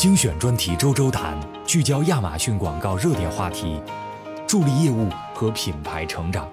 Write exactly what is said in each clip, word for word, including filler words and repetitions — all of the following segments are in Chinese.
精选专题周周谈，聚焦亚马逊广告热点话题，助力业务和品牌成长。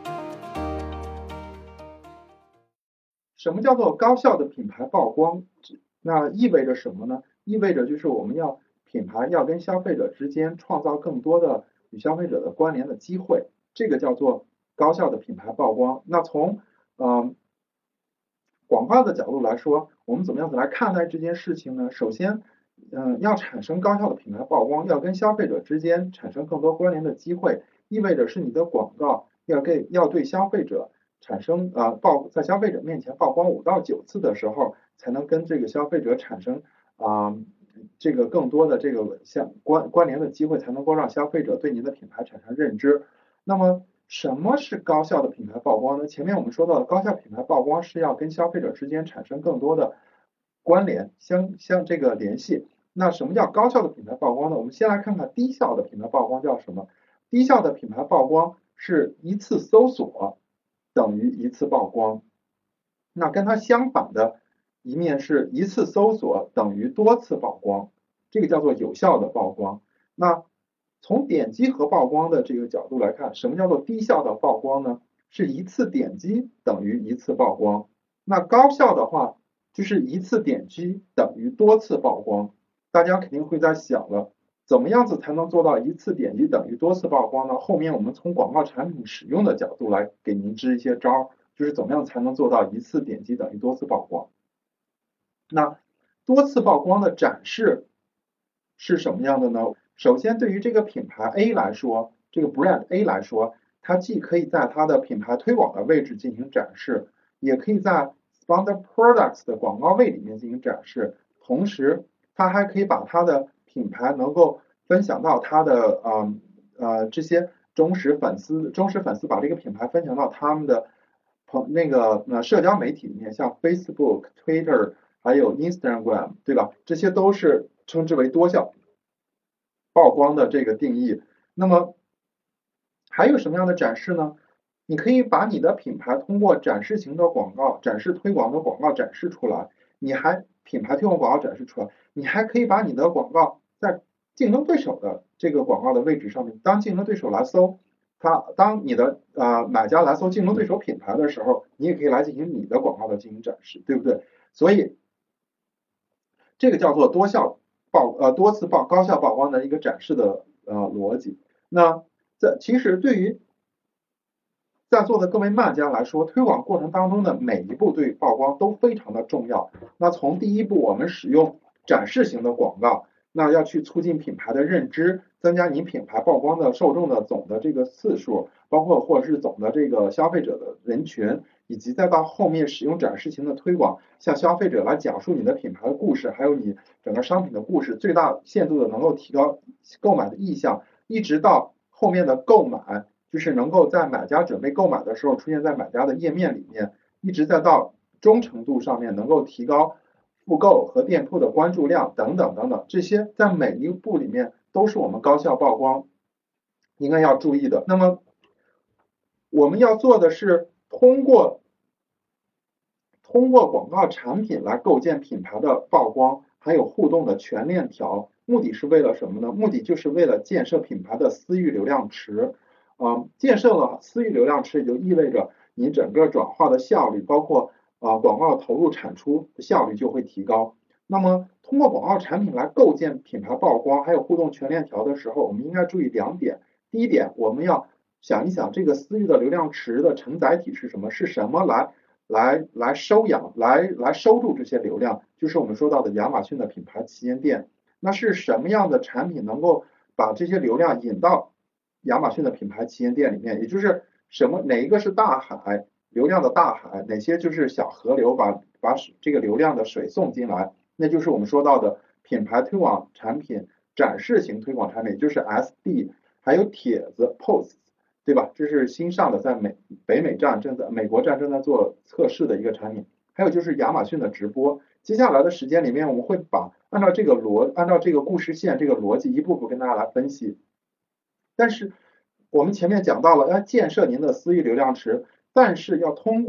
什么叫做高效的品牌曝光？那意味着什么呢？意味着就是我们要品牌要跟消费者之间创造更多的与消费者的关联的机会，这个叫做高效的品牌曝光。那从嗯广告的角度来说，我们怎么样子来看待这件事情呢？首先，嗯，要产生高效的品牌曝光，要跟消费者之间产生更多关联的机会，意味着是你的广告要给要对消费者产生啊、呃、曝在消费者面前曝光五到九次的时候，才能跟这个消费者产生啊、呃、这个更多的这个相关关联的机会，才能够让消费者对您的品牌产生认知。那么什么是高效的品牌曝光呢？前面我们说到的高效品牌曝光是要跟消费者之间产生更多的关联，相相这个联系。那什么叫高效的品牌曝光呢？我们先来看看低效的品牌曝光叫什么？低效的品牌曝光是一次搜索等于一次曝光，那跟它相反的一面是一次搜索等于多次曝光，这个叫做有效的曝光。那从点击和曝光的这个角度来看，什么叫做低效的曝光呢？是一次点击等于一次曝光。那高效的话，就是一次点击等于多次曝光。大家肯定会在想了，怎么样子才能做到一次点击等于多次曝光呢？后面我们从广告产品使用的角度来给您支一些招，就是怎么样才能做到一次点击等于多次曝光。那多次曝光的展示是什么样的呢？首先，对于这个品牌 A 来说，这个 brand A 来说，它既可以在它的品牌推广的位置进行展示，也可以在 Sponsor Products 的广告位里面进行展示，同时它还可以把它的品牌能够分享到它的呃呃这些忠实粉丝，忠实粉丝把这个品牌分享到他们的朋那个呃社交媒体里面，像 Facebook、Twitter 还有 Instagram， 对吧？这些都是称之为多效曝光的这个定义。那么还有什么样的展示呢？你可以把你的品牌通过展示型的广告、展示推广的广告展示出来，你还品牌推广广告展示出来，你还可以把你的广告在竞争对手的这个广告的位置上面，当竞争对手来搜它，当你的呃买家来搜竞争对手品牌的时候，你也可以来进行你的广告的进行展示，对不对？所以这个叫做多效曝呃多次曝高效曝光的一个展示的呃逻辑。那在其实对于在座的各位卖家来说，推广过程当中的每一步对曝光都非常的重要。那从第一步，我们使用展示型的广告，那要去促进品牌的认知，增加你品牌曝光的受众的总的这个次数，包括或者是总的这个消费者的人群，以及再到后面使用展示型的推广，向消费者来讲述你的品牌的故事，还有你整个商品的故事，最大限度的能够提高购买的意向，一直到后面的购买。就是能够在买家准备购买的时候出现在买家的页面里面，一直再到忠诚度上面能够提高复购和店铺的关注量等等等等，这些在每一步里面都是我们高效曝光应该要注意的。那么我们要做的是通过通过广告产品来构建品牌的曝光，还有互动的全链条，目的是为了什么呢？目的就是为了建设品牌的私域流量池。呃，建设了私域流量池，也就意味着你整个转化的效率，包括呃广告投入产出的效率就会提高。那么通过广告产品来构建品牌曝光，还有互动全链条的时候，我们应该注意两点。第一点，我们要想一想这个私域的流量池的承载体是什么？是什么来来来收养，来来收住这些流量？就是我们说到的亚马逊的品牌旗舰店。那是什么样的产品能够把这些流量引到亚马逊的品牌旗舰店里面？也就是什么哪一个是大海流量的大海，哪些就是小河流把把这个流量的水送进来，那就是我们说到的品牌推广产品展示型推广产品，就是 S D， 还有帖子 Post， 对吧？这是新上的，在美北美站正在美国站正在做测试的一个产品。还有就是亚马逊的直播。接下来的时间里面，我们会把按照这个逻按照这个故事线这个逻辑一步步跟大家来分析。但是我们前面讲到了要建设您的私域流量池，但是要通过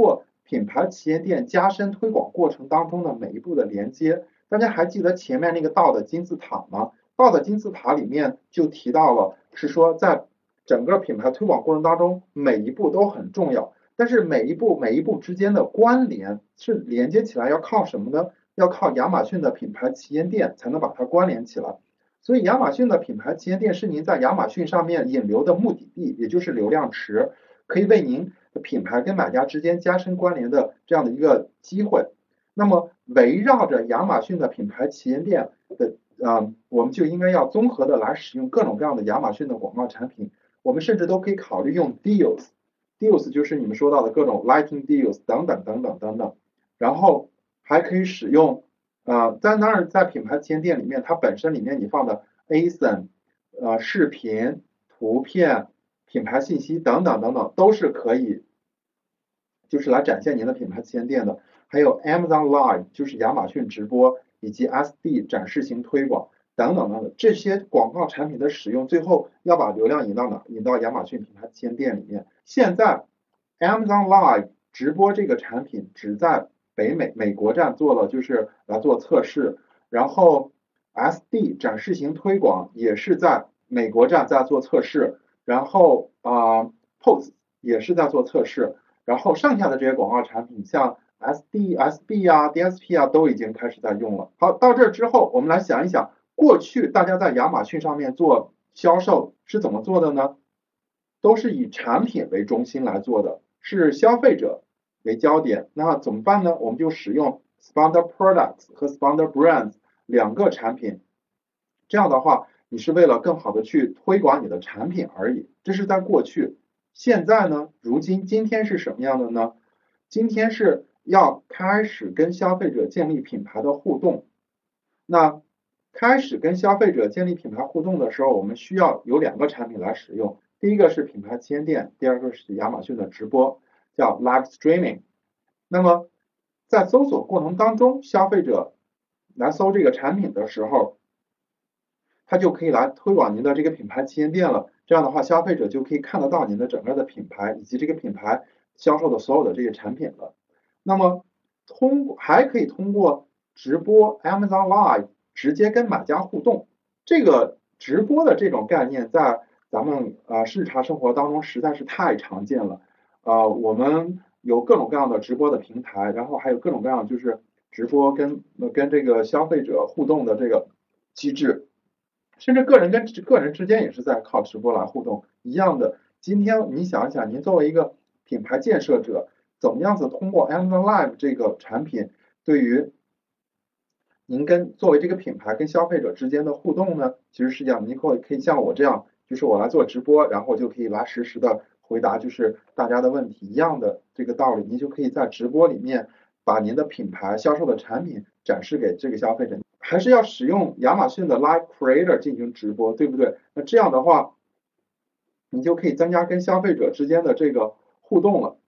品牌旗舰店加深推广过程当中的每一步的连接。大家还记得前面那个道的金字塔吗？道的金字塔里面就提到了，是说在整个品牌推广过程当中，每一步都很重要，但是每一步每一步之间的关联是连接起来要靠什么呢？要靠亚马逊的品牌旗舰店才能把它关联起来。所以亚马逊的品牌旗舰店是您在亚马逊上面引流的目的地，也就是流量池，可以为您的品牌跟买家之间加深关联的这样的一个机会。那么围绕着亚马逊的品牌旗舰店的，呃，我们就应该要综合的来使用各种各样的亚马逊的广告产品。我们甚至都可以考虑用 deals，deals 就是你们说到的各种 lighting deals 等等等等等等，然后还可以使用。呃，在那儿在品牌旗舰店里面，它本身里面你放的 A S I N， 呃，视频、图片、品牌信息等等等等，都是可以，就是来展现您的品牌旗舰店的。还有 Amazon Live， 就是亚马逊直播，以及 S D 展示型推广等等等等，这些广告产品的使用，最后要把流量引到哪？引到亚马逊品牌旗舰店里面。现在 Amazon Live 直播这个产品只在北美美国站做了，就是来做测试，然后 S D 展示型推广也是在美国站在做测试，然后啊、呃、P O S 也是在做测试，然后剩下的这些广告产品像 S D、S B 啊、D S P 啊都已经开始在用了。好，到这之后，我们来想一想，过去大家在亚马逊上面做销售是怎么做的呢？都是以产品为中心来做的，是消费者为焦点。那怎么办呢？我们就使用 Sponsor Products 和 Sponsor Brands 两个产品。这样的话，你是为了更好的去推广你的产品而已。这是在过去。现在呢，如今今天是什么样的呢？今天是要开始跟消费者建立品牌的互动。那开始跟消费者建立品牌互动的时候，我们需要有两个产品来使用。第一个是品牌旗舰店，第二个是亚马逊的直播，叫 Live Streaming。那么在搜索过程当中，消费者来搜这个产品的时候，他就可以来推广您的这个品牌旗舰店了。这样的话，消费者就可以看得到您的整个的品牌以及这个品牌销售的所有的这些产品了。那么通还可以通过直播 Amazon Live 直接跟买家互动。这个直播的这种概念在咱们呃日常生活当中实在是太常见了。呃，我们有各种各样的直播的平台，然后还有各种各样就是直播跟跟这个消费者互动的这个机制。甚至个人跟个人之间也是在靠直播来互动一样的。今天你想一想，您作为一个品牌建设者，怎么样子通过 Amazon Live 这个产品，对于您跟作为这个品牌跟消费者之间的互动呢？其实是这样，您可以可以像我这样，就是我来做直播，然后就可以来实时的回答就是大家的问题一样的这个道理，您就可以在直播里面把您的品牌销售的产品展示给这个消费者。还是要使用亚马逊的 Live Creator 进行直播，对不对？那这样的话，你就可以增加跟消费者之间的这个互动了。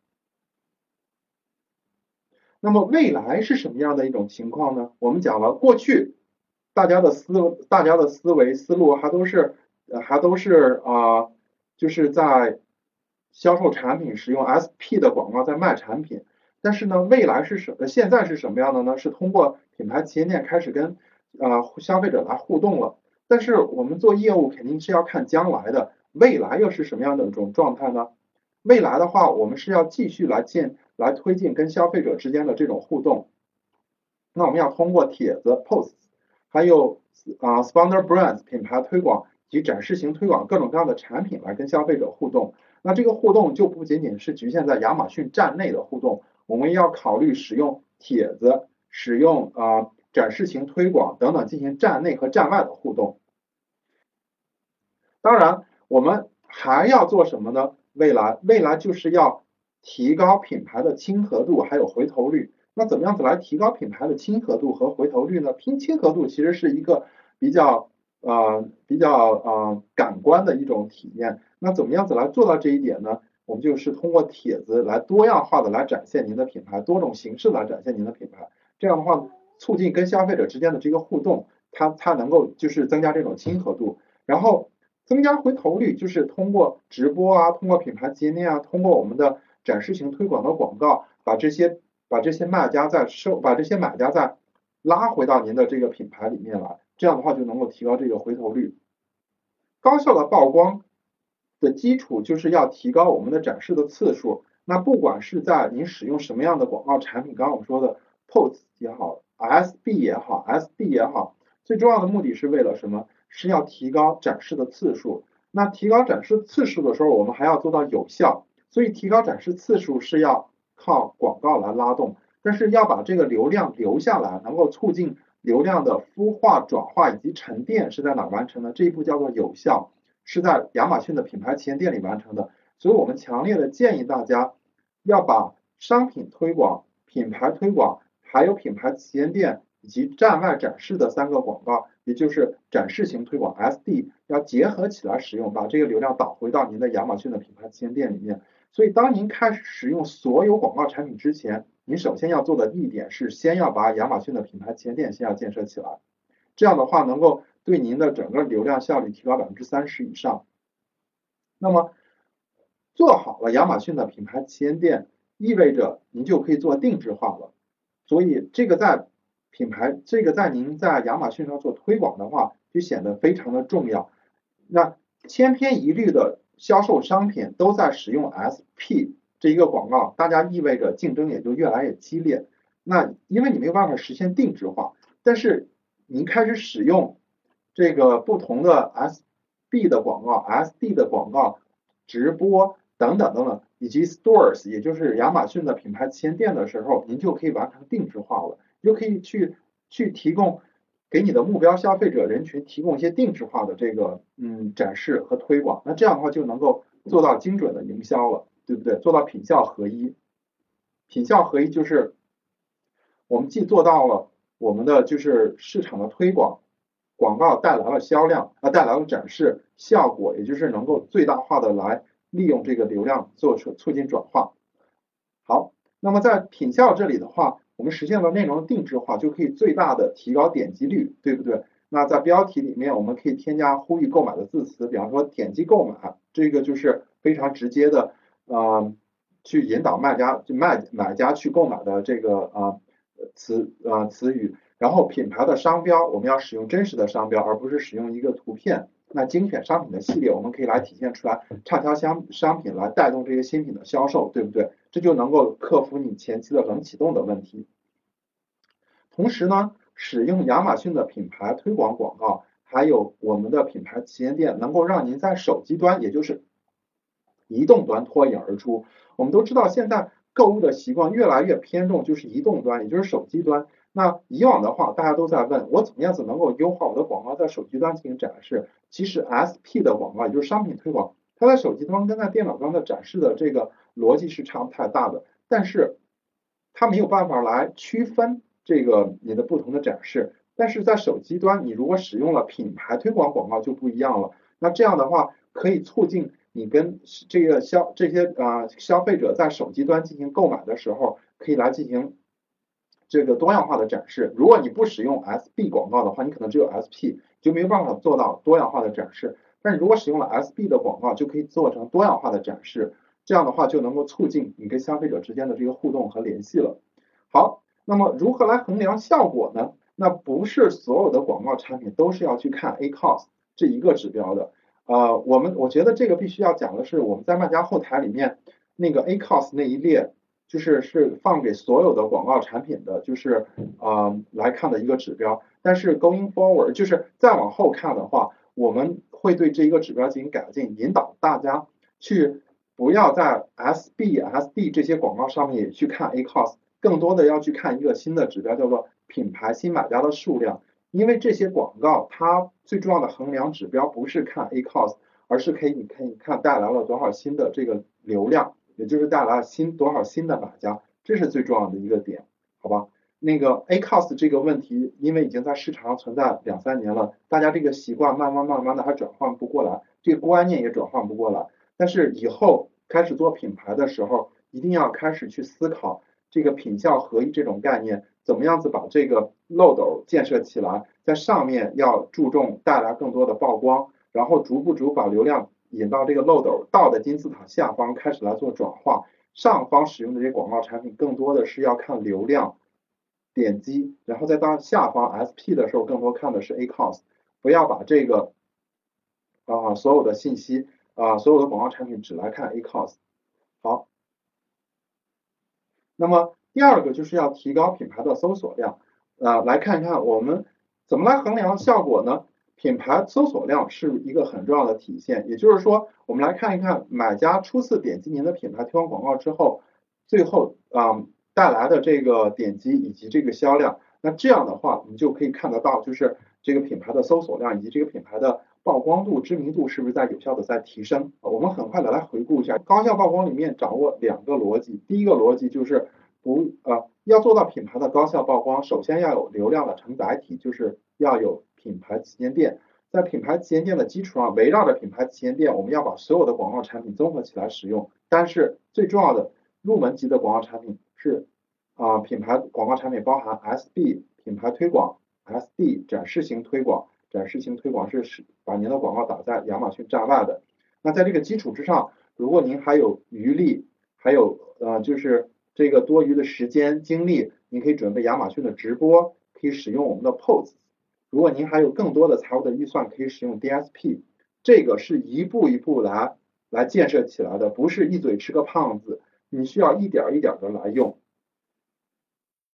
那么未来是什么样的一种情况呢？我们讲了过去大家的思大家的思维思路还都是还都是啊、呃，就是在销售产品，使用 S P 的广告在卖产品。但是呢，未来是什么？现在是什么样的呢？是通过品牌旗舰店开始跟呃消费者来互动了。但是我们做业务肯定是要看将来的，未来又是什么样的一种状态呢？未来的话，我们是要继续来建来推进跟消费者之间的这种互动。那我们要通过帖子 posts， 还有啊、呃、sponsor brands 品牌推广及展示型推广各种各样的产品来跟消费者互动。那这个互动就不仅仅是局限在亚马逊站内的互动，我们要考虑使用帖子、使用啊、呃、展示型推广等等进行站内和站外的互动。当然，我们还要做什么呢？未来，未来就是要提高品牌的亲和度还有回头率。那怎么样子来提高品牌的亲和度和回头率呢？拼亲和度其实是一个比较呃比较呃感官的一种体验。那怎么样子来做到这一点呢？我们就是通过帖子来多样化的来展现您的品牌，多种形式来展现您的品牌。这样的话，促进跟消费者之间的这个互动，它它能够就是增加这种亲和度，然后增加回头率，就是通过直播啊，通过品牌旗舰店啊，通过我们的展示型推广的广告， 把这些把这些卖家再收，把这些买家再拉回到您的这个品牌里面来，这样的话就能够提高这个回头率。高效的曝光的基础就是要提高我们的展示的次数。那不管是在您使用什么样的广告产品，刚刚我说的 P O S 也好 ，S B 也好 ，S D 也好，最重要的目的是为了什么？是要提高展示的次数。那提高展示次数的时候，我们还要做到有效，所以提高展示次数是要靠广告来拉动，但是要把这个流量留下来，能够促进流量的孵化、转化以及沉淀是在哪完成的？这一步叫做有效，是在亚马逊的品牌旗舰店里完成的。所以我们强烈的建议大家要把商品推广、品牌推广，还有品牌旗舰店以及站外展示的三个广告，也就是展示型推广 S D， 要结合起来使用，把这个流量导回到您的亚马逊的品牌旗舰店里面。所以当您开始使用所有广告产品之前，您首先要做的一点是先要把亚马逊的品牌旗舰店先要建设起来，这样的话能够对您的整个流量效率提高百分之三十以上。那么做好了亚马逊的品牌旗舰店，意味着您就可以做定制化了。所以这个在品牌，这个在您在亚马逊上做推广的话，就显得非常的重要。那千篇一律的销售商品都在使用 S P 这一个广告，大家意味着竞争也就越来越激烈。那因为你没有办法实现定制化，但是您开始使用这个不同的 S B 的广告、S D 的广告、直播等等等等，以及 Stores， 也就是亚马逊的品牌旗舰店的时候，您就可以完成定制化了，就可以去去提供给你的目标消费者人群提供一些定制化的这个嗯展示和推广。那这样的话就能够做到精准的营销了，对不对？做到品效合一。品效合一就是我们既做到了我们的就是市场的推广，广告带来了销量，啊带来了展示效果，也就是能够最大化的来利用这个流量做出促进转化。好，那么在品效这里的话，我们实现了内容定制化，就可以最大的提高点击率，对不对？那在标题里面，我们可以添加呼吁购买的字词，比方说点击购买，这个就是非常直接的，呃，去引导卖家就卖买家去购买的这个啊词啊词语。然后品牌的商标，我们要使用真实的商标，而不是使用一个图片。那精选商品的系列，我们可以来体现出来畅销商商品来带动这些新品的销售，对不对？这就能够克服你前期的冷启动的问题。同时呢，使用亚马逊的品牌推广广告，还有我们的品牌旗舰店，能够让您在手机端，也就是移动端脱颖而出。我们都知道，现在购物的习惯越来越偏重就是移动端，也就是手机端。那以往的话，大家都在问我怎么样子能够优化我的广告在手机端进行展示。其实 S P 的广告，也就是商品推广，它在手机端跟在电脑端的展示的这个逻辑是差不太大的，但是它没有办法来区分这个你的不同的展示。但是在手机端，你如果使用了品牌推广广告就不一样了。那这样的话，可以促进你跟这个消这些啊、呃、消费者在手机端进行购买的时候，可以来进行这个多样化的展示。如果你不使用 S B 广告的话，你可能只有 S P， 就没有办法做到多样化的展示。但是如果使用了 S B 的广告，就可以做成多样化的展示。这样的话就能够促进你跟消费者之间的这个互动和联系了。好，那么如何来衡量效果呢？那不是所有的广告产品都是要去看 A C O S 这一个指标的。呃，我们我觉得这个必须要讲的是，我们在卖家后台里面那个 A C O S 那一列，就是是放给所有的广告产品的，就是呃来看的一个指标。但是 going forward， 就是再往后看的话，我们会对这一个指标进行改进，引导大家去不要在 S B、S D 这些广告上面也去看 A C O S， 更多的要去看一个新的指标，叫做品牌新买家的数量。因为这些广告它最重要的衡量指标不是看 A C O S， 而是可以你可以看带来了多少新的这个流量，也就是带来了新多少新的买家，这是最重要的一个点，好吧？那个 A C O S 这个问题，因为已经在市场上存在两三年了，大家这个习惯慢慢慢慢的还转换不过来，这个观念也转换不过来。但是以后开始做品牌的时候，一定要开始去思考这个品效合一这种概念，怎么样子把这个漏斗建设起来，在上面要注重带来更多的曝光，然后逐步逐步把流量引到这个漏斗倒的金字塔下方，开始来做转化。 上方使用的这些广告产品更多的是要看流量、点击，然后再到下方 S P 的时候，更多看的是 A C O S， 不要把这个啊、呃、所有的信息啊、呃、所有的广告产品只来看 A C O S。好，那么第二个就是要提高品牌的搜索量，呃，来看一看我们怎么来衡量效果呢？品牌搜索量是一个很重要的体现，也就是说，我们来看一看买家初次点击您的品牌推广广告之后，最后啊、呃、带来的这个点击以及这个销量。那这样的话，我们就可以看得到，就是这个品牌的搜索量以及这个品牌的曝光度、知名度是不是在有效的在提升。我们很快的来回顾一下，高效曝光里面掌握两个逻辑，第一个逻辑就是不呃要做到品牌的高效曝光，首先要有流量的承载体，就是要有品牌旗舰店。在品牌旗舰店的基础上，围绕着品牌旗舰店，我们要把所有的广告产品综合起来使用。但是最重要的入门级的广告产品是啊、呃，品牌广告产品包含 S B 品牌推广、S D 展示型推广。展示型推广是使把您的广告打在亚马逊站外的。那在这个基础之上，如果您还有余力，还有呃就是这个多余的时间精力，您可以准备亚马逊的直播，可以使用我们的 P O S。如果您还有更多的财务的预算，可以使用 D S P。这个是一步一步来来建设起来的，不是一嘴吃个胖子，你需要一点一点的来用。